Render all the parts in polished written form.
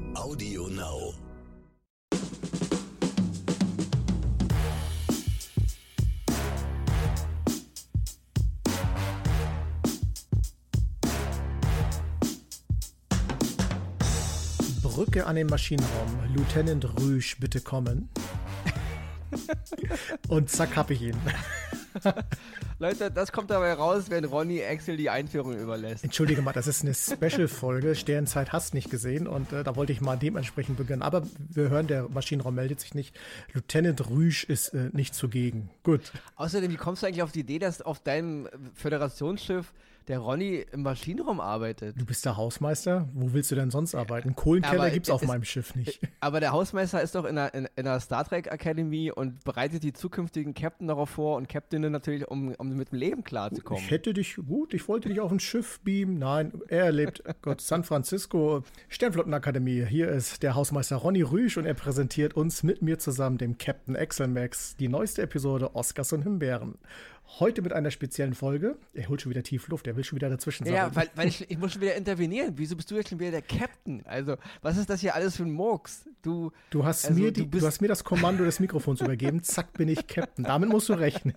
Audio Now. Brücke an den Maschinenraum. Lieutenant Rüsch, bitte kommen. Und zack, hab ich ihn. Leute, das kommt dabei raus, wenn Ronny Axel die Einführung überlässt. Entschuldige mal, das ist eine Special-Folge. Sternzeit hast nicht gesehen und da wollte ich mal dementsprechend beginnen. Aber wir hören, der Maschinenraum meldet sich nicht. Lieutenant Rüsch ist nicht zugegen. Gut. Außerdem, wie kommst du eigentlich auf die Idee, dass auf deinem Föderationsschiff der Ronny im Maschinenraum arbeitet? Du bist der Hausmeister. Wo willst du denn sonst arbeiten? Kohlenkeller gibt's auf meinem Schiff nicht. Aber der Hausmeister ist doch in der Star Trek Academy und bereitet die zukünftigen Captain darauf vor und Captainen natürlich, um mit dem Leben klarzukommen. Ich wollte dich auf ein Schiff beamen. Nein, er lebt, Gott, San Francisco, Sternflottenakademie. Hier ist der Hausmeister Ronny Rüsch und er präsentiert uns mit mir zusammen, dem Captain Axel Max, die neueste Episode Oscars und Himbeeren. Heute mit einer speziellen Folge. Er holt schon wieder tief Luft, er will schon wieder dazwischen sein. Ja, weil ich muss schon wieder intervenieren. Wieso bist du jetzt schon wieder der Captain? Also, was ist das hier alles für ein Murks? Du hast mir das Kommando des Mikrofons übergeben. Zack, bin ich Captain. Damit musst du rechnen.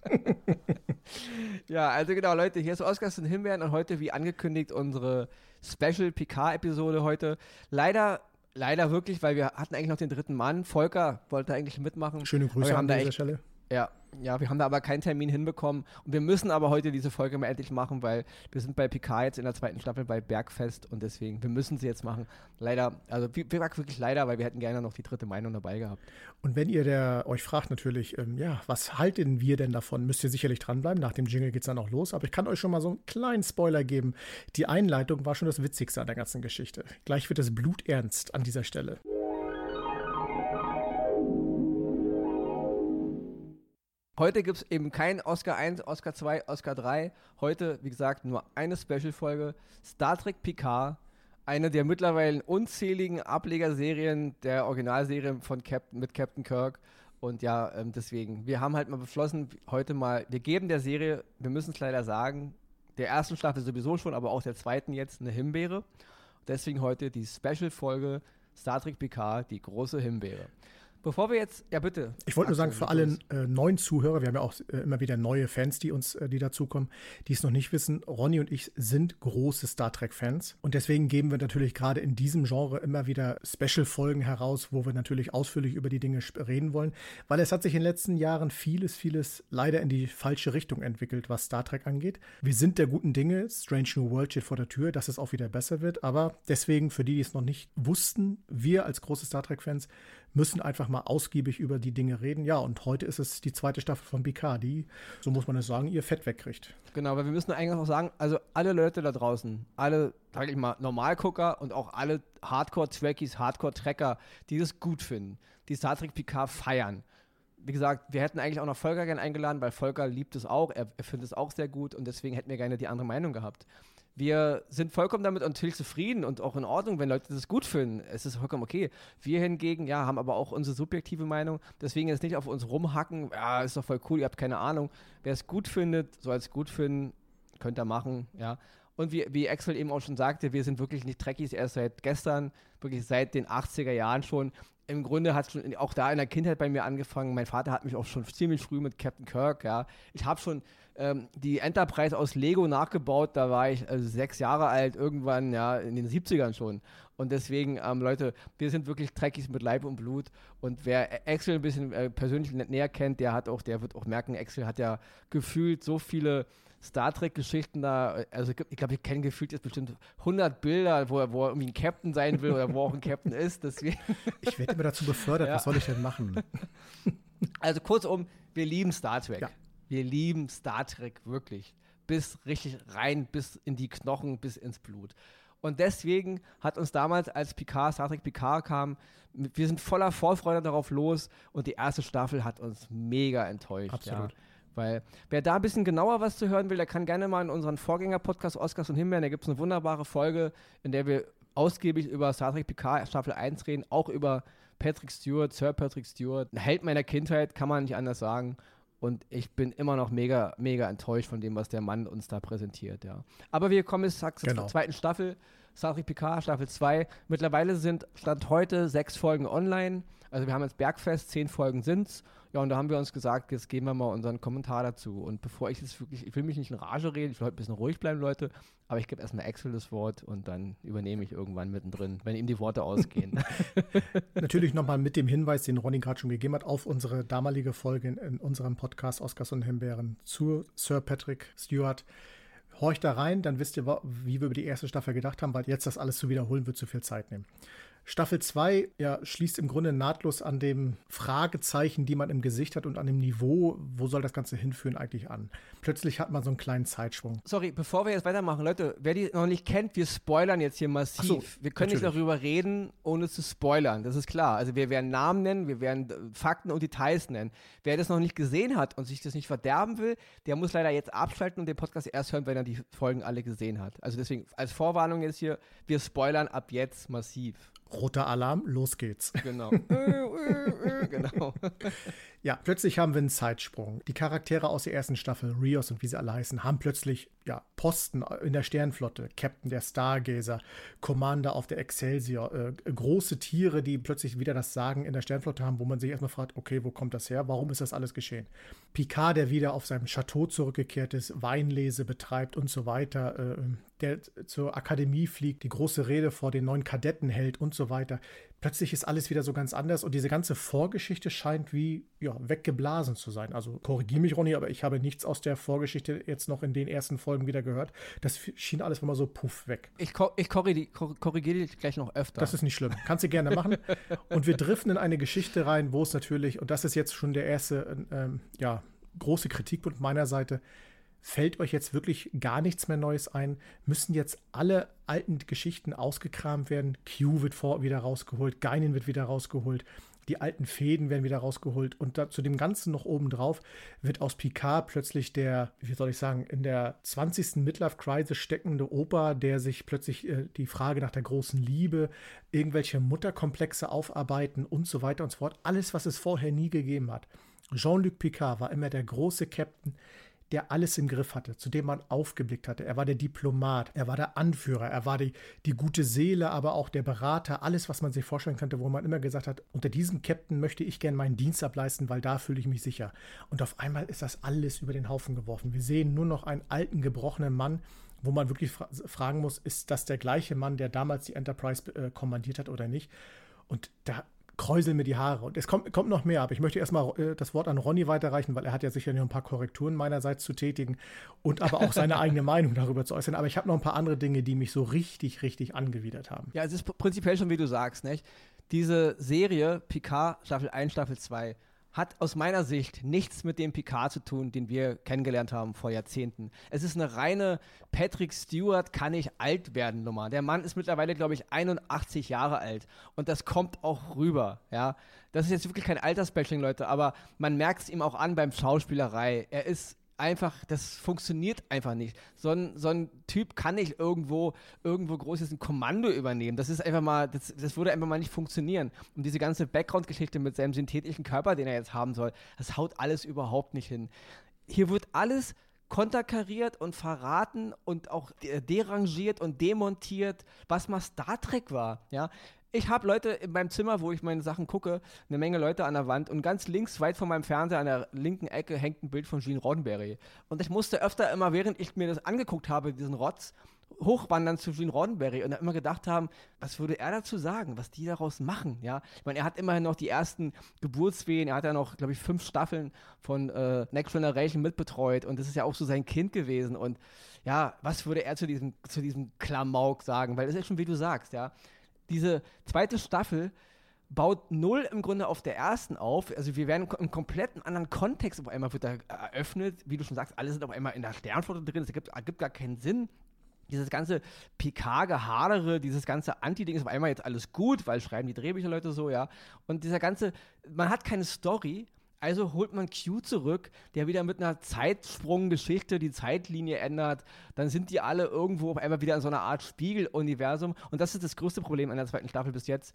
Ja, also genau, Leute, hier ist Oscars und Himbeeren und heute, wie angekündigt, unsere Special PK-Episode heute. Leider wirklich, weil wir hatten eigentlich noch den dritten Mann. Volker wollte eigentlich mitmachen. Schöne Grüße an dieser Stelle. Ja, wir haben da aber keinen Termin hinbekommen und wir müssen aber heute diese Folge mal endlich machen, weil wir sind bei Picard jetzt in der zweiten Staffel bei Bergfest und deswegen, wir müssen sie jetzt machen. Leider, also wirklich leider, weil wir hätten gerne noch die dritte Meinung dabei gehabt. Und wenn ihr euch fragt natürlich, was halten wir denn davon, müsst ihr sicherlich dranbleiben. Nach dem Jingle geht's dann auch los, aber ich kann euch schon mal so einen kleinen Spoiler geben. Die Einleitung war schon das Witzigste an der ganzen Geschichte. Gleich wird es bluternst an dieser Stelle. Heute gibt es eben kein Oscar 1, Oscar 2, Oscar 3. Heute, wie gesagt, nur eine Special-Folge. Star Trek Picard, eine der mittlerweile unzähligen Ablegerserien der Originalserie mit Captain Kirk. Und ja, deswegen, wir haben halt mal beschlossen, wir geben der Serie, wir müssen es leider sagen, der ersten Staffel sowieso schon, aber auch der zweiten jetzt eine Himbeere. Deswegen heute die Special-Folge Star Trek Picard, die große Himbeere. Bevor wir jetzt, ja bitte. Ich wollte nur sagen, für alle neuen Zuhörer, wir haben ja auch immer wieder neue Fans, die dazukommen, die es noch nicht wissen, Ronny und ich sind große Star Trek-Fans und deswegen geben wir natürlich gerade in diesem Genre immer wieder Special-Folgen heraus, wo wir natürlich ausführlich über die Dinge reden wollen, weil es hat sich in den letzten Jahren vieles leider in die falsche Richtung entwickelt, was Star Trek angeht. Wir sind der guten Dinge, Strange New World steht vor der Tür, dass es auch wieder besser wird, aber deswegen, für die es noch nicht wussten, wir als große Star Trek-Fans müssen einfach mal ausgiebig über die Dinge reden. Ja, und heute ist es die zweite Staffel von Picard, die, so muss man es sagen, ihr Fett wegkriegt. Genau, weil wir müssen eigentlich auch sagen, also alle Leute da draußen, alle, sag ich mal, Normalgucker und auch alle Hardcore-Trekkies, Hardcore-Trekker, die das gut finden, die Star Trek Picard feiern. Wie gesagt, wir hätten eigentlich auch noch Volker gerne eingeladen, weil Volker liebt es auch, er findet es auch sehr gut und deswegen hätten wir gerne die andere Meinung gehabt. Wir sind vollkommen damit natürlich zufrieden und auch in Ordnung, wenn Leute das gut finden. Es ist vollkommen okay. Wir hingegen, ja, haben aber auch unsere subjektive Meinung. Deswegen jetzt nicht auf uns rumhacken. Ja, ist doch voll cool, ihr habt keine Ahnung. Wer es gut findet, soll es gut finden. Könnt ihr machen, ja. Und wie Axel eben auch schon sagte, wir sind wirklich nicht Trekkies erst seit gestern, wirklich seit den 80er Jahren schon. Im Grunde hat es schon auch da in der Kindheit bei mir angefangen. Mein Vater hat mich auch schon ziemlich früh mit Captain Kirk, ja. Ich habe schon die Enterprise aus Lego nachgebaut, da war ich 6 Jahre alt, irgendwann, ja, in den 70ern schon. Und deswegen, Leute, wir sind wirklich Trekkies mit Leib und Blut. Und wer Axel ein bisschen persönlich näher kennt, der wird auch merken, Axel hat ja gefühlt so viele Star Trek-Geschichten da, also ich glaube, ich kenne gefühlt jetzt bestimmt 100 Bilder, wo er irgendwie ein Captain sein will oder wo auch ein Captain ist, deswegen. Ich werde immer dazu befördert, ja. Was soll ich denn machen? Also kurzum, wir lieben Star Trek. Ja. Wir lieben Star Trek wirklich. Bis richtig rein, bis in die Knochen, bis ins Blut. Und deswegen hat uns damals, als Star Trek Picard kam, wir sind voller Vorfreude darauf los und die erste Staffel hat uns mega enttäuscht. Absolut. Ja. Weil wer da ein bisschen genauer was zu hören will, der kann gerne mal in unseren Vorgänger-Podcast Oscars und Himbeeren, da gibt es eine wunderbare Folge, in der wir ausgiebig über Star Trek Picard Staffel 1 reden, auch über Sir Patrick Stewart, ein Held meiner Kindheit, kann man nicht anders sagen. Und ich bin immer noch mega, mega enttäuscht von dem, was der Mann uns da präsentiert, ja. Aber wir kommen jetzt zur zweiten Staffel. Star Trek Picard Staffel 2. Mittlerweile sind Stand heute 6 Folgen online. Also wir haben jetzt Bergfest, 10 Folgen sind's. Ja, und da haben wir uns gesagt, jetzt geben wir mal unseren Kommentar dazu. Und bevor ich jetzt wirklich, ich will mich nicht in Rage reden, ich will heute ein bisschen ruhig bleiben, Leute, aber ich gebe erstmal Axel das Wort und dann übernehme ich irgendwann mittendrin, wenn ihm die Worte ausgehen. Natürlich nochmal mit dem Hinweis, den Ronny gerade schon gegeben hat, auf unsere damalige Folge in unserem Podcast Oscars und Himbeeren zu Sir Patrick Stewart. Horcht da rein, dann wisst ihr, wie wir über die erste Staffel gedacht haben, weil jetzt das alles zu wiederholen wird zu viel Zeit nehmen. Staffel 2 schließt im Grunde nahtlos an dem Fragezeichen, die man im Gesicht hat und an dem Niveau, wo soll das Ganze hinführen, eigentlich an. Plötzlich hat man so einen kleinen Zeitsprung. Sorry, bevor wir jetzt weitermachen, Leute, wer die noch nicht kennt, wir spoilern jetzt hier massiv. So, wir können nicht darüber reden, ohne zu spoilern, das ist klar. Also wir werden Namen nennen, wir werden Fakten und Details nennen. Wer das noch nicht gesehen hat und sich das nicht verderben will, der muss leider jetzt abschalten und den Podcast erst hören, wenn er die Folgen alle gesehen hat. Also deswegen als Vorwarnung jetzt hier, wir spoilern ab jetzt massiv. Roter Alarm, los geht's. Genau. Genau. Ja, plötzlich haben wir einen Zeitsprung. Die Charaktere aus der ersten Staffel, Rios und wie sie alle heißen, haben plötzlich Posten in der Sternflotte. Captain der Stargazer, Commander auf der Excelsior, große Tiere, die plötzlich wieder das Sagen in der Sternflotte haben, wo man sich erstmal fragt, okay, wo kommt das her? Warum ist das alles geschehen? Picard, der wieder auf seinem Chateau zurückgekehrt ist, Weinlese betreibt und so weiter, der zur Akademie fliegt, die große Rede vor den neuen Kadetten hält und so weiter. Plötzlich ist alles wieder so ganz anders und diese ganze Vorgeschichte scheint wie weggeblasen zu sein. Also korrigiere mich, Ronny, aber ich habe nichts aus der Vorgeschichte jetzt noch in den ersten Folgen wieder gehört. Das schien alles immer so puff weg. Ich korrigiere dich gleich noch öfter. Das ist nicht schlimm. Kannst du gerne machen. Und wir driften in eine Geschichte rein, wo es natürlich, und das ist jetzt schon der erste große Kritikpunkt meiner Seite, fällt euch jetzt wirklich gar nichts mehr Neues ein? Müssen jetzt alle alten Geschichten ausgekramt werden? Q wird wieder rausgeholt, Guinan wird wieder rausgeholt, die alten Fäden werden wieder rausgeholt und zu dem Ganzen noch obendrauf wird aus Picard plötzlich der, wie soll ich sagen, in der 20. Midlife-Crisis steckende Opa, der sich plötzlich die Frage nach der großen Liebe, irgendwelche Mutterkomplexe aufarbeiten und so weiter und so fort. Alles, was es vorher nie gegeben hat. Jean-Luc Picard war immer der große Captain, der alles im Griff hatte, zu dem man aufgeblickt hatte. Er war der Diplomat, er war der Anführer, er war die gute Seele, aber auch der Berater, alles, was man sich vorstellen könnte, wo man immer gesagt hat, unter diesem Captain möchte ich gerne meinen Dienst ableisten, weil da fühle ich mich sicher. Und auf einmal ist das alles über den Haufen geworfen. Wir sehen nur noch einen alten, gebrochenen Mann, wo man wirklich fragen muss, ist das der gleiche Mann, der damals die Enterprise kommandiert hat oder nicht? Und da kräuseln mir die Haare. Und es kommt noch mehr, aber ich möchte erstmal das Wort an Ronny weiterreichen, weil er hat ja sicher noch ein paar Korrekturen meinerseits zu tätigen und aber auch seine eigene Meinung darüber zu äußern. Aber ich habe noch ein paar andere Dinge, die mich so richtig, richtig angewidert haben. Ja, es ist prinzipiell schon, wie du sagst, nicht? Diese Serie, Picard, Staffel 1, Staffel 2, hat aus meiner Sicht nichts mit dem Picard zu tun, den wir kennengelernt haben vor Jahrzehnten. Es ist eine reine Patrick Stewart kann nicht alt werden Nummer. Der Mann ist mittlerweile, glaube ich, 81 Jahre alt und das kommt auch rüber, ja. Das ist jetzt wirklich kein Altersbashing, Leute, aber man merkt es ihm auch an beim Schauspielerei. Er ist einfach, das funktioniert einfach nicht. So ein Typ kann nicht irgendwo groß ein Kommando übernehmen. Das ist einfach mal, das würde einfach mal nicht funktionieren. Und diese ganze Background-Geschichte mit seinem synthetischen Körper, den er jetzt haben soll, das haut alles überhaupt nicht hin. Hier wird alles konterkariert und verraten und auch derangiert und demontiert, was mal Star Trek war, ja. Ich habe Leute in meinem Zimmer, wo ich meine Sachen gucke, eine Menge Leute an der Wand und ganz links, weit von meinem Fernseher an der linken Ecke, hängt ein Bild von Gene Roddenberry. Und ich musste öfter immer, während ich mir das angeguckt habe, diesen Rotz, hochwandern zu Gene Roddenberry und immer gedacht haben, was würde er dazu sagen, was die daraus machen, ja. Ich meine, er hat immerhin noch die ersten Geburtswehen, er hat ja noch, glaube ich, 5 Staffeln von Next Generation mitbetreut und das ist ja auch so sein Kind gewesen und ja, was würde er zu diesem Klamauk sagen, weil das ist schon, wie du sagst, ja. Diese zweite Staffel baut null im Grunde auf der ersten auf. Also wir werden im kompletten anderen Kontext auf einmal wird da eröffnet. Wie du schon sagst, alle sind auf einmal in der Sternflotte drin. Es gibt gar keinen Sinn. Dieses ganze Picard-Gehadere, dieses ganze Anti-Ding ist auf einmal jetzt alles gut, weil schreiben die Drehbücherleute so, ja. Und dieser ganze, man hat keine Story. Also holt man Q zurück, der wieder mit einer Zeitsprunggeschichte die Zeitlinie ändert. Dann sind die alle irgendwo auf einmal wieder in so einer Art Spiegeluniversum. Und das ist das größte Problem an der zweiten Staffel bis jetzt.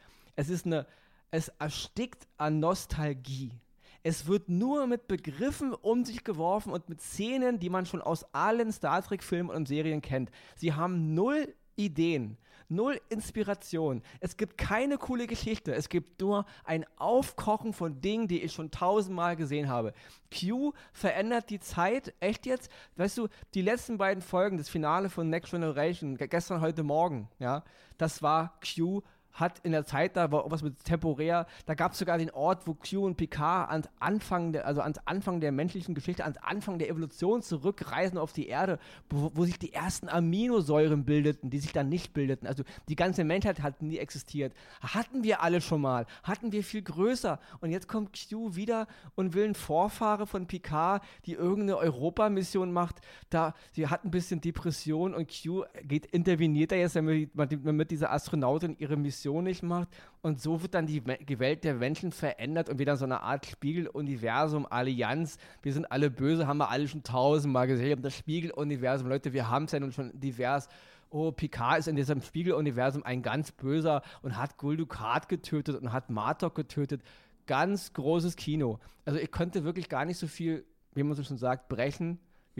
Es erstickt an Nostalgie. Es wird nur mit Begriffen um sich geworfen und mit Szenen, die man schon aus allen Star Trek-Filmen und Serien kennt. Sie haben null Ideen, Null Inspiration. Es gibt keine coole Geschichte. Es gibt nur ein Aufkochen von Dingen, die ich schon 1000-mal gesehen habe. Q verändert die Zeit. Echt jetzt? Weißt du, die letzten beiden Folgen, das Finale von Next Generation, gestern, heute Morgen, ja, das war Q hat in der Zeit, da war was mit temporär, da gab es sogar den Ort, wo Q und Picard ans Anfang der menschlichen Geschichte, ans Anfang der Evolution zurückreisen auf die Erde, wo sich die ersten Aminosäuren bildeten, die sich dann nicht bildeten. Also die ganze Menschheit hat nie existiert. Hatten wir alle schon mal, hatten wir viel größer. Und jetzt kommt Q wieder und will ein Vorfahre von Picard, die irgendeine Europa-Mission macht. Sie hat ein bisschen Depression und Q interveniert da jetzt, damit diese Astronautin ihre Mission nicht macht, und so wird dann die Welt der Menschen verändert und wieder so eine Art Spiegeluniversum, Allianz, wir sind alle böse, haben wir alle schon 1000-mal gesehen, das Spiegeluniversum, Leute, wir haben es ja nun schon divers. Oh, Picard ist in diesem Spiegeluniversum ein ganz Böser und hat Gul Dukat getötet und hat Martok getötet. Ganz großes Kino. Also ich könnte wirklich gar nicht so viel, wie man so schon sagt, brechen,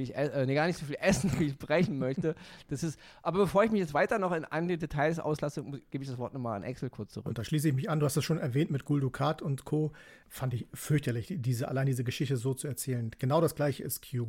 gar nicht so viel essen, wie ich brechen möchte. Aber bevor ich mich jetzt weiter noch in einige Details auslasse, gebe ich das Wort nochmal an Axel kurz zurück. Und da schließe ich mich an, du hast das schon erwähnt mit Gul Dukat und Co. Fand ich fürchterlich, allein diese Geschichte so zu erzählen. Genau das gleiche ist Q.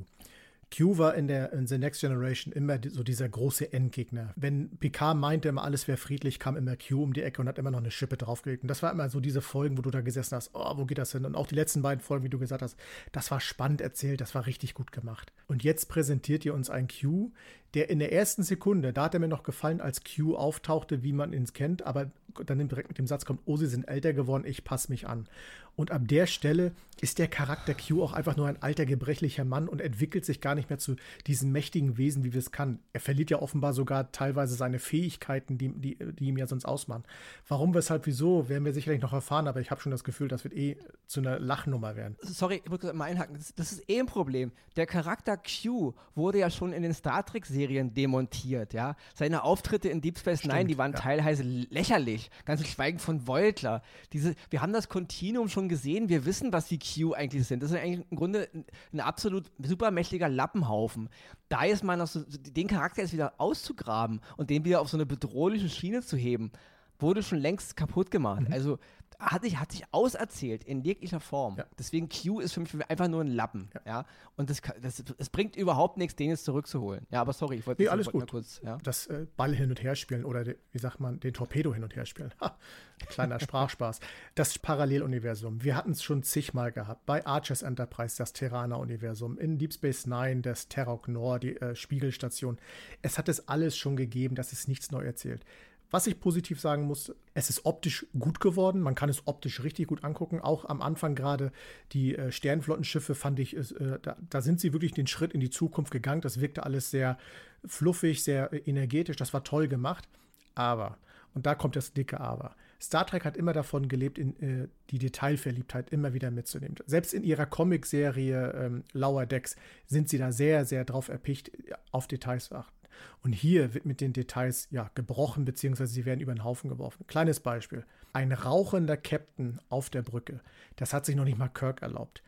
Q war in The Next Generation immer so dieser große Endgegner. Wenn Picard meinte immer, alles wäre friedlich, kam immer Q um die Ecke und hat immer noch eine Schippe draufgelegt. Und das war immer so diese Folgen, wo du da gesessen hast, oh, wo geht das hin? Und auch die letzten beiden Folgen, wie du gesagt hast, das war spannend erzählt, das war richtig gut gemacht. Und jetzt präsentiert ihr uns einen Q, der in der ersten Sekunde, da hat er mir noch gefallen, als Q auftauchte, wie man ihn kennt, aber dann direkt mit dem Satz kommt, oh, sie sind älter geworden, ich passe mich an. Und ab der Stelle ist der Charakter Q auch einfach nur ein alter, gebrechlicher Mann und entwickelt sich gar nicht mehr zu diesem mächtigen Wesen, wie wir es kann. Er verliert ja offenbar sogar teilweise seine Fähigkeiten, die ihm ja sonst ausmachen. Warum, weshalb, wieso, werden wir sicherlich noch erfahren, aber ich habe schon das Gefühl, das wird zu einer Lachnummer werden. Sorry, ich muss mal einhaken. Das ist ein Problem. Der Charakter Q wurde ja schon in den Star Trek-Serien demontiert, ja. Seine Auftritte in Deep Space Nine, die waren teilweise lächerlich. Ganz zu schweigen von Voyager. Wir haben das Kontinuum schon gesehen, wir wissen, was die Q eigentlich sind. Das ist eigentlich im Grunde ein absolut supermächtiger Lappenhaufen. Da ist mal noch so, den Charakter jetzt wieder auszugraben und den wieder auf so eine bedrohliche Schiene zu heben, wurde schon längst kaputt gemacht. Also hat sich auserzählt in jeglicher Form. Ja. Deswegen Q ist für mich einfach nur ein Lappen. Ja? Und es bringt überhaupt nichts, den jetzt zurückzuholen. Ja, aber sorry, ich wollte alles gut. Mal kurz. Ja? Das Ball hin und her spielen oder wie sagt man, den Torpedo hin und her spielen. Kleiner Sprachspaß. Das Paralleluniversum. Wir hatten es schon zigmal gehabt. Bei Archer's Enterprise, das Terraner-Universum. In Deep Space Nine, das Terok Nor, die Spiegelstation. Es hat es alles schon gegeben. Das ist nichts neu erzählt. Was ich positiv sagen muss, es ist optisch gut geworden. Man kann es optisch richtig gut angucken. Auch am Anfang gerade die Sternflottenschiffe fand ich, da sind sie wirklich den Schritt in die Zukunft gegangen. Das wirkte alles sehr fluffig, sehr energetisch. Das war toll gemacht. Aber, und da kommt das dicke Aber, Star Trek hat immer davon gelebt, die Detailverliebtheit immer wieder mitzunehmen. Selbst in ihrer Comicserie Lower Decks sind sie da sehr, sehr drauf erpicht, auf Details zu achten. Und hier wird mit den Details gebrochen, beziehungsweise sie werden über den Haufen geworfen. Kleines Beispiel. Ein rauchender Captain auf der Brücke. Das hat sich noch nicht mal Kirk erlaubt.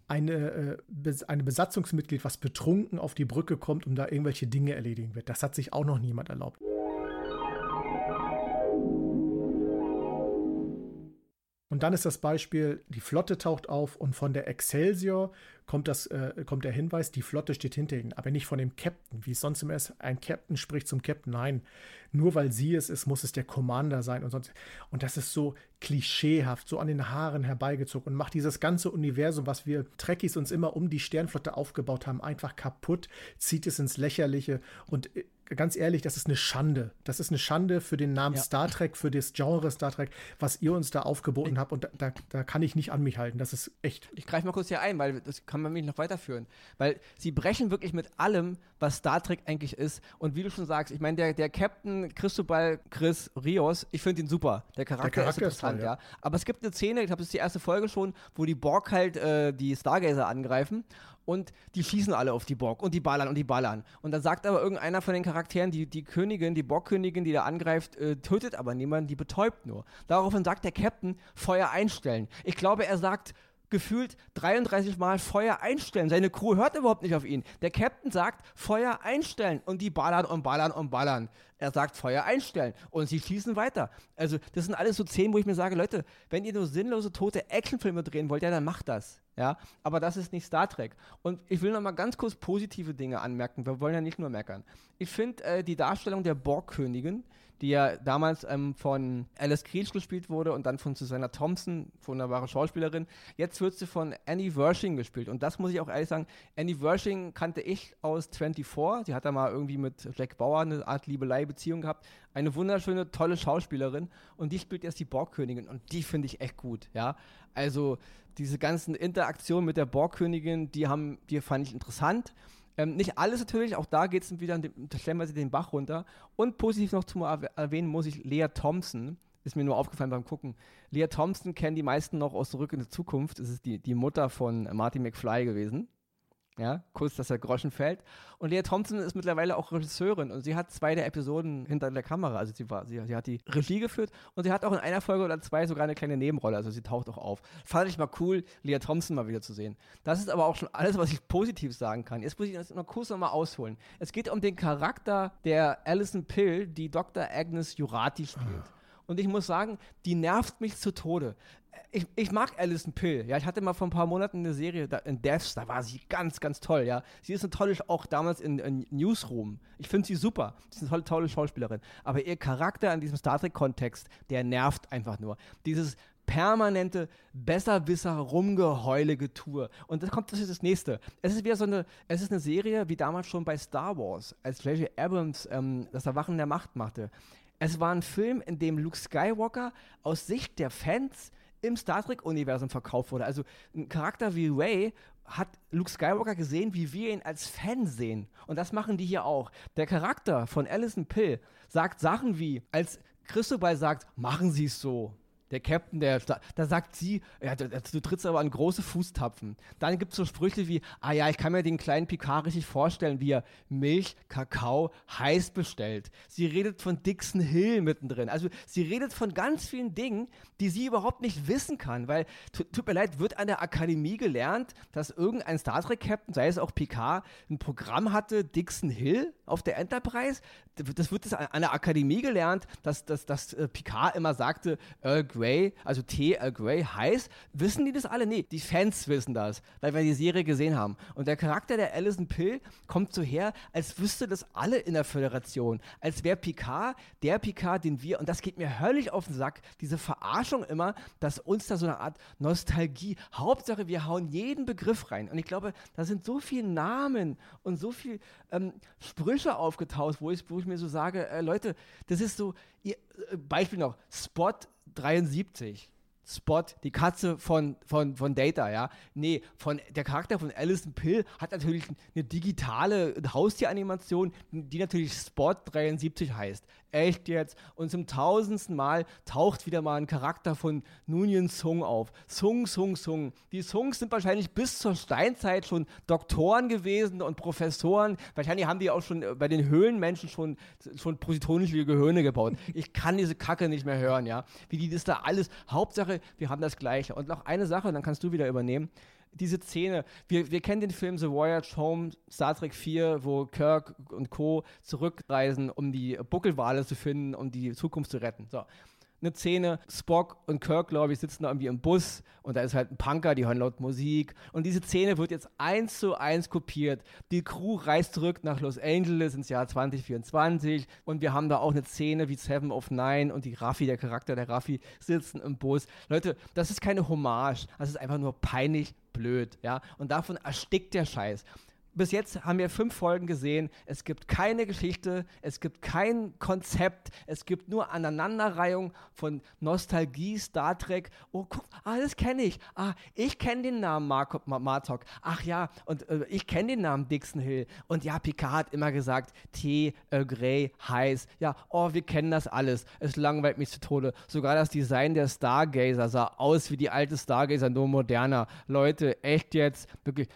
Eine Besatzungsmitglied, was betrunken auf die Brücke kommt, um da irgendwelche Dinge erledigen wird. Das hat sich auch noch niemand erlaubt. Und dann ist das Beispiel, die Flotte taucht auf und von der Excelsior kommt der Hinweis, die Flotte steht hinter ihnen, aber nicht von dem Captain, wie es sonst immer ist. Ein Captain spricht zum Captain. Nein, nur weil sie es ist, muss es der Commander sein und sonst. Und das ist so klischeehaft, so an den Haaren herbeigezogen und macht dieses ganze Universum, was wir Trekkies uns immer um die Sternflotte aufgebaut haben, einfach kaputt, zieht es ins Lächerliche und ganz ehrlich, das ist eine Schande. Das ist eine Schande für den Namen Star Trek, für das Genre Star Trek, was ihr uns da aufgeboten habt. Und da kann ich nicht an mich halten. Das ist echt. Ich greife mal kurz hier ein, weil das kann man mich noch weiterführen. Weil sie brechen wirklich mit allem, was Star Trek eigentlich ist. Und wie du schon sagst, ich meine, der Captain Cristobal Chris Rios, ich finde ihn super. Der Charakter ist interessant, ja. Aber es gibt eine Szene, ich glaube, das ist die erste Folge schon, wo die Borg halt die Stargazer angreifen. Und die schießen alle auf die Borg und die ballern und die ballern. Und dann sagt aber irgendeiner von den Charakteren, die Königin, die Borg-Königin, die da angreift, tötet aber niemanden, die betäubt nur. Daraufhin sagt der Captain, Feuer einstellen. Ich glaube, er sagt, gefühlt 33 Mal Feuer einstellen. Seine Crew hört überhaupt nicht auf ihn. Der Captain sagt, Feuer einstellen und die ballern und ballern und ballern. Er sagt, Feuer einstellen und sie schießen weiter. Also das sind alles so Szenen, wo ich mir sage, Leute, wenn ihr nur sinnlose, tote Actionfilme drehen wollt, ja, dann macht das. Ja, aber das ist nicht Star Trek. Und ich will noch mal ganz kurz positive Dinge anmerken. Wir wollen ja nicht nur meckern. Ich finde die Darstellung der Borgkönigin, die ja damals von Alice Creech gespielt wurde und dann von Susanna Thompson, wunderbare Schauspielerin. Jetzt wird sie von Annie Wersching gespielt. Und das muss ich auch ehrlich sagen, Annie Wersching kannte ich aus 24. Sie hat da mal irgendwie mit Jack Bauer eine Art Liebelei-Beziehung gehabt. Eine wunderschöne, tolle Schauspielerin. Und die spielt jetzt die Borgkönigin. Und die finde ich echt gut, ja. Also diese ganzen Interaktionen mit der Borgkönigin, die fand ich interessant. Nicht alles natürlich, auch da geht es wieder, da stellen wir sie den Bach runter. Und positiv noch zu erwähnen muss ich Lea Thompson, ist mir nur aufgefallen beim Gucken. Lea Thompson kennen die meisten noch aus Zurück in die Zukunft. Das ist die Mutter von Marty McFly gewesen. Ja, kurz, dass der Groschen fällt. Und Lea Thompson ist mittlerweile auch Regisseurin und sie hat 2 der Episoden hinter der Kamera. Also sie hat die Regie geführt und sie hat auch in einer Folge oder 2 sogar eine kleine Nebenrolle. Also sie taucht auch auf. Fand ich mal cool, Lea Thompson mal wieder zu sehen. Das ist aber auch schon alles, was ich positiv sagen kann. Jetzt muss ich das noch kurz nochmal ausholen. Es geht um den Charakter der Alison Pill, die Dr. Agnes Jurati spielt. Und ich muss sagen, die nervt mich zu Tode. Ich mag Alison Pill, ja, ich hatte mal vor ein paar Monaten eine Serie in Devs, da war sie ganz, ganz toll, ja. Sie ist eine tolle, auch damals in Newsroom. Ich finde sie super, sie ist eine tolle Schauspielerin. Aber ihr Charakter in diesem Star Trek-Kontext, der nervt einfach nur. Dieses permanente Besserwisser-Rumgeheule-Getue. Und das ist das Nächste. Es ist eine Serie, wie damals schon bei Star Wars, als J.J. Abrams das Erwachen der Macht machte. Es war ein Film, in dem Luke Skywalker aus Sicht der Fans im Star Trek-Universum verkauft wurde. Also ein Charakter wie Rey hat Luke Skywalker gesehen, wie wir ihn als Fan sehen. Und das machen die hier auch. Der Charakter von Alison Pill sagt Sachen wie, als Christobal sagt, machen Sie es so. Der Captain, da sagt sie, ja, du trittst aber an große Fußtapfen. Dann gibt es so Sprüche wie, ich kann mir den kleinen Picard richtig vorstellen, wie er Milch, Kakao heiß bestellt. Sie redet von Dixon Hill mittendrin. Also sie redet von ganz vielen Dingen, die sie überhaupt nicht wissen kann, weil, tut mir leid, wird an der Akademie gelernt, dass irgendein Star Trek-Captain, sei es auch Picard, ein Programm hatte, Dixon Hill auf der Enterprise. Das wird an der Akademie gelernt, dass Picard immer sagte, Earl Grey, also Tee Earl Grey heiß. Wissen die das alle? Nee, die Fans wissen das, weil wir die Serie gesehen haben. Und der Charakter der Alison Pill kommt so her, als wüsste das alle in der Föderation. Als wäre Picard der Picard, den wir, und das geht mir höllisch auf den Sack, diese Verarschung immer, dass uns da so eine Art Nostalgie, Hauptsache wir hauen jeden Begriff rein. Und ich glaube, da sind so viele Namen und so viele Sprüche aufgetaucht, wo ich mir so sage, Leute, das ist so, Beispiel noch, Spot 73. Spot, die Katze von Data, ja. Nee, der Charakter von Alison Pill hat natürlich eine digitale Haustieranimation, die natürlich Spot 73 heißt. Echt jetzt? Und zum 1000. Mal taucht wieder mal ein Charakter von Nunien Sung auf. Sung. Die Sungs sind wahrscheinlich bis zur Steinzeit schon Doktoren gewesen und Professoren. Wahrscheinlich haben die auch schon bei den Höhlenmenschen schon positonische Gehirne gebaut. Ich kann diese Kacke nicht mehr hören, ja. Wie die das da alles, Hauptsache, wir haben das Gleiche. Und noch eine Sache, dann kannst du wieder übernehmen. Diese Szene, wir kennen den Film The Voyage Home, Star Trek 4, wo Kirk und Co. zurückreisen, um die Buckelwale zu finden, um die Zukunft zu retten. So. Eine Szene, Spock und Kirk, glaube ich, sitzen da irgendwie im Bus und da ist halt ein Punker, die hören laut Musik und diese Szene wird jetzt 1:1 kopiert. Die Crew reist zurück nach Los Angeles ins Jahr 2024 und wir haben da auch eine Szene wie Seven of Nine und der Charakter der Raffi sitzen im Bus. Leute, das ist keine Hommage, das ist einfach nur peinlich blöd, ja, und davon erstickt der Scheiß. Bis jetzt haben wir 5 Folgen gesehen. Es gibt keine Geschichte, es gibt kein Konzept, es gibt nur Aneinanderreihung von Nostalgie, Star Trek. Oh, guck, das kenne ich. Ich kenne den Namen Martok. Ach ja, und ich kenne den Namen Dixon Hill. Und ja, Picard hat immer gesagt, Tee, Grey, heiß. Ja, wir kennen das alles. Es langweilt mich zu Tode. Sogar das Design der Stargazer sah aus wie die alte Stargazer, nur moderner. Leute, echt jetzt, wirklich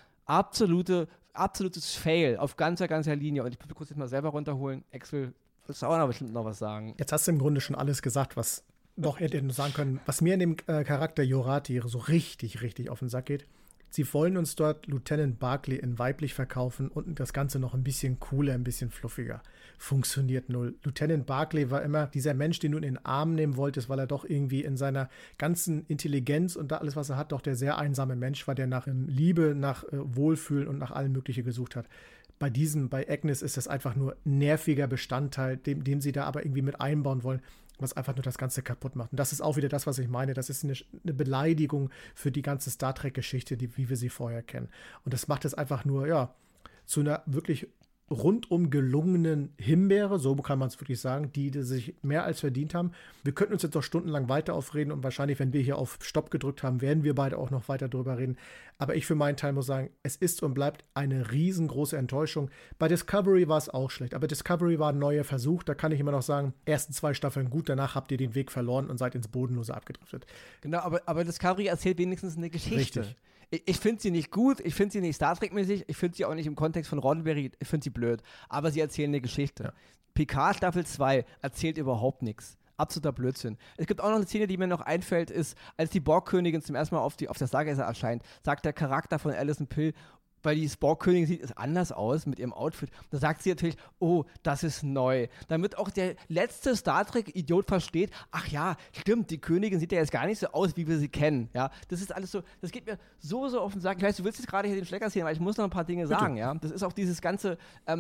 absolutes Fail auf ganzer Linie. Und ich muss kurz jetzt mal selber runterholen. Axel, willst du auch noch bestimmt noch was sagen? Jetzt hast du im Grunde schon alles gesagt, was Doch, er hätte nur sagen können, was mir in dem Charakter Jurati so richtig, richtig auf den Sack geht. Sie wollen uns dort Lieutenant Barclay in weiblich verkaufen und das Ganze noch ein bisschen cooler, ein bisschen fluffiger. Funktioniert null. Lieutenant Barclay war immer dieser Mensch, den du in den Arm nehmen wolltest, weil er doch irgendwie in seiner ganzen Intelligenz und da alles, was er hat, doch der sehr einsame Mensch war, der nach Liebe, nach Wohlfühlen und nach allem Möglichen gesucht hat. Bei Agnes ist das einfach nur ein nerviger Bestandteil, dem sie da aber irgendwie mit einbauen wollen, was einfach nur das Ganze kaputt macht. Und das ist auch wieder das, was ich meine. Das ist eine Beleidigung für die ganze Star Trek-Geschichte, wie wir sie vorher kennen. Und das macht es einfach nur, ja, zu einer wirklich rundum gelungenen Himbeere, so kann man es wirklich sagen, die sich mehr als verdient haben. Wir könnten uns jetzt noch stundenlang weiter aufreden und wahrscheinlich, wenn wir hier auf Stopp gedrückt haben, werden wir beide auch noch weiter drüber reden. Aber ich für meinen Teil muss sagen, es ist und bleibt eine riesengroße Enttäuschung. Bei Discovery war es auch schlecht, aber Discovery war ein neuer Versuch. Da kann ich immer noch sagen, ersten 2 Staffeln gut, danach habt ihr den Weg verloren und seid ins Bodenlose abgedriftet. Genau, aber Discovery erzählt wenigstens eine Geschichte. Richtig. Ich finde sie nicht gut, ich finde sie nicht Star Trek-mäßig, ich finde sie auch nicht im Kontext von Roddenberry, ich finde sie blöd. Aber sie erzählen eine Geschichte. Ja. Picard Staffel 2 erzählt überhaupt nichts. Absoluter Blödsinn. Es gibt auch noch eine Szene, die mir noch einfällt, ist, als die Borgkönigin zum ersten Mal auf der Stargazer erscheint, sagt der Charakter von Alison Pill, weil die Borgkönigin sieht es anders aus mit ihrem Outfit. Da sagt sie natürlich, oh, das ist neu. Damit auch der letzte Star Trek-Idiot versteht, ach ja, stimmt, die Königin sieht ja jetzt gar nicht so aus, wie wir sie kennen. Ja, das ist alles so, das geht mir so auf den Sack. Ich weiß, du willst jetzt gerade hier den Schlecker sehen, aber ich muss noch ein paar Dinge sagen. Ja, das ist auch dieses ganze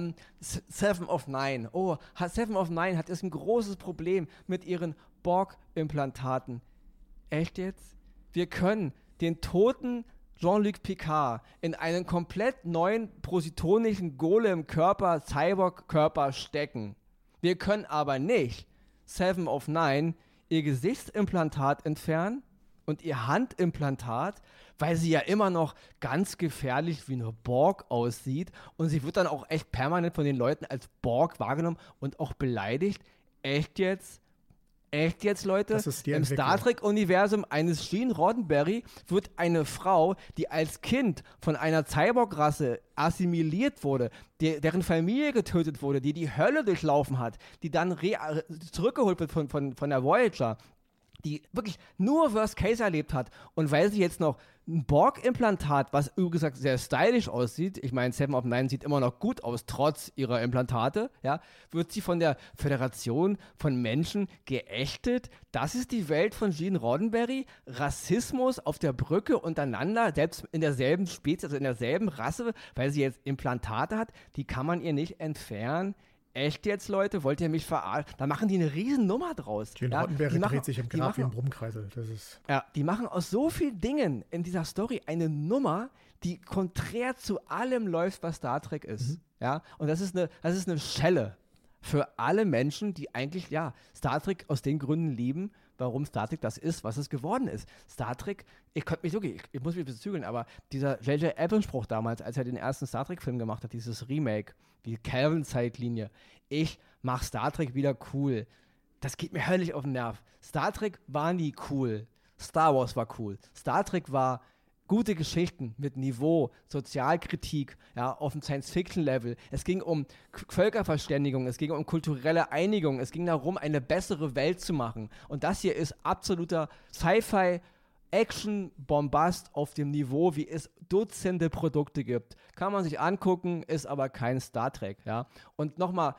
Seven of Nine. Oh, Seven of Nine hat jetzt ein großes Problem mit ihren Borg-Implantaten. Echt jetzt? Wir können den toten Jean-Luc Picard in einen komplett neuen positonischen Golem-Körper, Cyborg-Körper stecken. Wir können aber nicht Seven of Nine ihr Gesichtsimplantat entfernen und ihr Handimplantat, weil sie ja immer noch ganz gefährlich wie eine Borg aussieht und sie wird dann auch echt permanent von den Leuten als Borg wahrgenommen und auch beleidigt. Echt jetzt? Echt jetzt, Leute? Das ist die Im Star Trek-Universum eines Gene Roddenberry wird eine Frau, die als Kind von einer Cyborg-Rasse assimiliert wurde, deren Familie getötet wurde, die die Hölle durchlaufen hat, die dann zurückgeholt wird von der Voyager, die wirklich nur Worst Case erlebt hat und weil sie jetzt noch ein Borg-Implantat, was übrigens gesagt sehr stylisch aussieht, ich meine, Seven of Nine sieht immer noch gut aus, trotz ihrer Implantate, ja, wird sie von der Föderation von Menschen geächtet. Das ist die Welt von Gene Roddenberry. Rassismus auf der Brücke untereinander, selbst in derselben Spezies, also in derselben Rasse, weil sie jetzt Implantate hat, die kann man ihr nicht entfernen. Echt jetzt, Leute? Wollt ihr mich verarschen? Da machen die eine riesen Nummer draus. Gene Roddenberry dreht sich im Grab wie ein Brummkreisel. Das ist ja, die machen aus so vielen Dingen in dieser Story eine Nummer, die konträr zu allem läuft, was Star Trek ist. Mhm. Ja? Und das ist eine Schelle für alle Menschen, die eigentlich, ja, Star Trek aus den Gründen lieben, warum Star Trek das ist, was es geworden ist. Star Trek, ich muss mich ein bisschen zügeln, aber dieser J.J. Abrams-Spruch damals, als er den ersten Star Trek-Film gemacht hat, dieses Remake, die Kelvin-Zeitlinie, ich mach Star Trek wieder cool. Das geht mir höllisch auf den Nerv. Star Trek war nie cool. Star Wars war cool. Star Trek war gute Geschichten mit Niveau, Sozialkritik, ja, auf dem Science-Fiction-Level. Es ging um Völkerverständigung, es ging um kulturelle Einigung, es ging darum, eine bessere Welt zu machen. Und das hier ist absoluter Sci-Fi, Action-Bombast auf dem Niveau, wie es Dutzende Produkte gibt. Kann man sich angucken, ist aber kein Star Trek, ja. Und nochmal,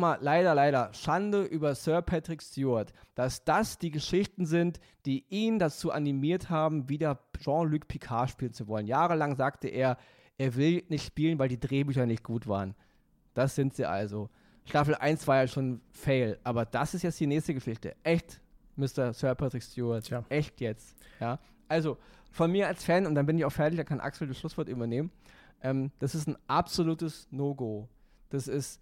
leider, Schande über Sir Patrick Stewart, dass das die Geschichten sind, die ihn dazu animiert haben, wieder Jean-Luc Picard spielen zu wollen. Jahrelang sagte er will nicht spielen, weil die Drehbücher nicht gut waren. Das sind sie also. Staffel 1 war ja schon Fail, aber das ist jetzt die nächste Geschichte. Echt, Mr. Sir Patrick Stewart. Ja. Echt jetzt. Ja? Also, von mir als Fan, und dann bin ich auch fertig, da kann Axel das Schlusswort übernehmen, das ist ein absolutes No-Go. Das ist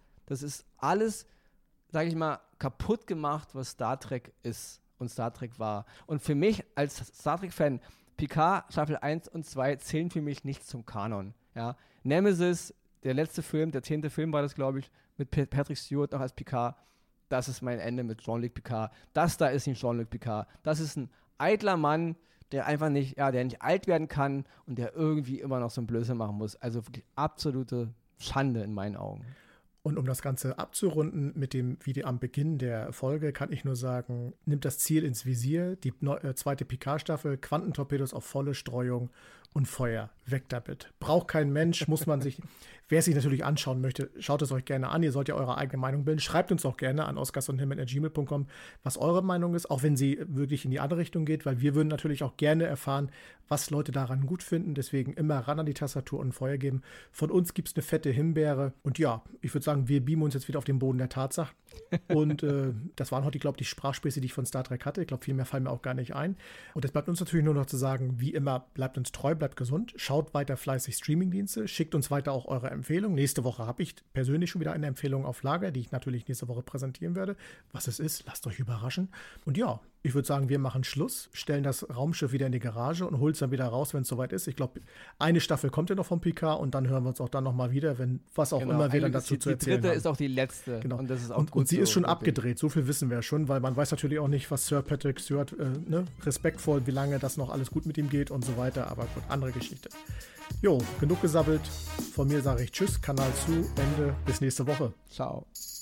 alles, sage ich mal, kaputt gemacht, was Star Trek ist und Star Trek war. Und für mich als Star Trek-Fan, Picard, Staffel 1 und 2 zählen für mich nicht zum Kanon. Ja? Nemesis, der letzte Film, der 10. Film war das, glaube ich, mit Patrick Stewart noch als Picard. Das ist mein Ende mit Jean-Luc Picard. Das da ist nicht Jean-Luc Picard. Das ist ein eitler Mann, der einfach nicht, der nicht alt werden kann und der irgendwie immer noch so ein Blödsinn machen muss. Also wirklich absolute Schande in meinen Augen. Und um das Ganze abzurunden mit dem Video am Beginn der Folge, kann ich nur sagen, nimmt das Ziel ins Visier, die zweite Picard-Staffel, Quantentorpedos auf volle Streuung und Feuer. Weg damit. Braucht kein Mensch, muss man sich, wer es sich natürlich anschauen möchte, schaut es euch gerne an. Ihr sollt ja eure eigene Meinung bilden. Schreibt uns auch gerne an oscarsundhimmeln@gmail.com, was eure Meinung ist, auch wenn sie wirklich in die andere Richtung geht, weil wir würden natürlich auch gerne erfahren, was Leute daran gut finden. Deswegen immer ran an die Tastatur und Feuer geben. Von uns gibt es eine fette Himbeere. Und ja, ich würde sagen, wir beamen uns jetzt wieder auf den Boden der Tatsachen. Und das waren heute, glaube ich, die Sprachspäße, die ich von Star Trek hatte. Ich glaube, viel mehr fallen mir auch gar nicht ein. Und es bleibt uns natürlich nur noch zu sagen, wie immer, bleibt uns treu, bleibt gesund. Schaut weiter fleißig Streamingdienste. Schickt uns weiter auch eure Empfehlungen. Nächste Woche habe ich persönlich schon wieder eine Empfehlung auf Lager, die ich natürlich nächste Woche präsentieren werde. Was es ist, lasst euch überraschen. Und ja, ich würde sagen, wir machen Schluss, stellen das Raumschiff wieder in die Garage und holen es dann wieder raus, wenn es soweit ist. Ich glaube, eine Staffel kommt ja noch vom Picard und dann hören wir uns auch dann nochmal wieder, wenn was auch immer wir dann dazu zu erzählen haben. Die dritte ist auch die letzte. Genau. Und das ist auch gut. Und sie so, ist schon abgedreht, so viel wissen wir schon, weil man weiß natürlich auch nicht, was Sir Patrick Stewart, respektvoll, wie lange das noch alles gut mit ihm geht und so weiter. Aber gut, andere Geschichte. Jo, genug gesabbelt. Von mir sage ich Tschüss, Kanal zu, Ende, bis nächste Woche. Ciao.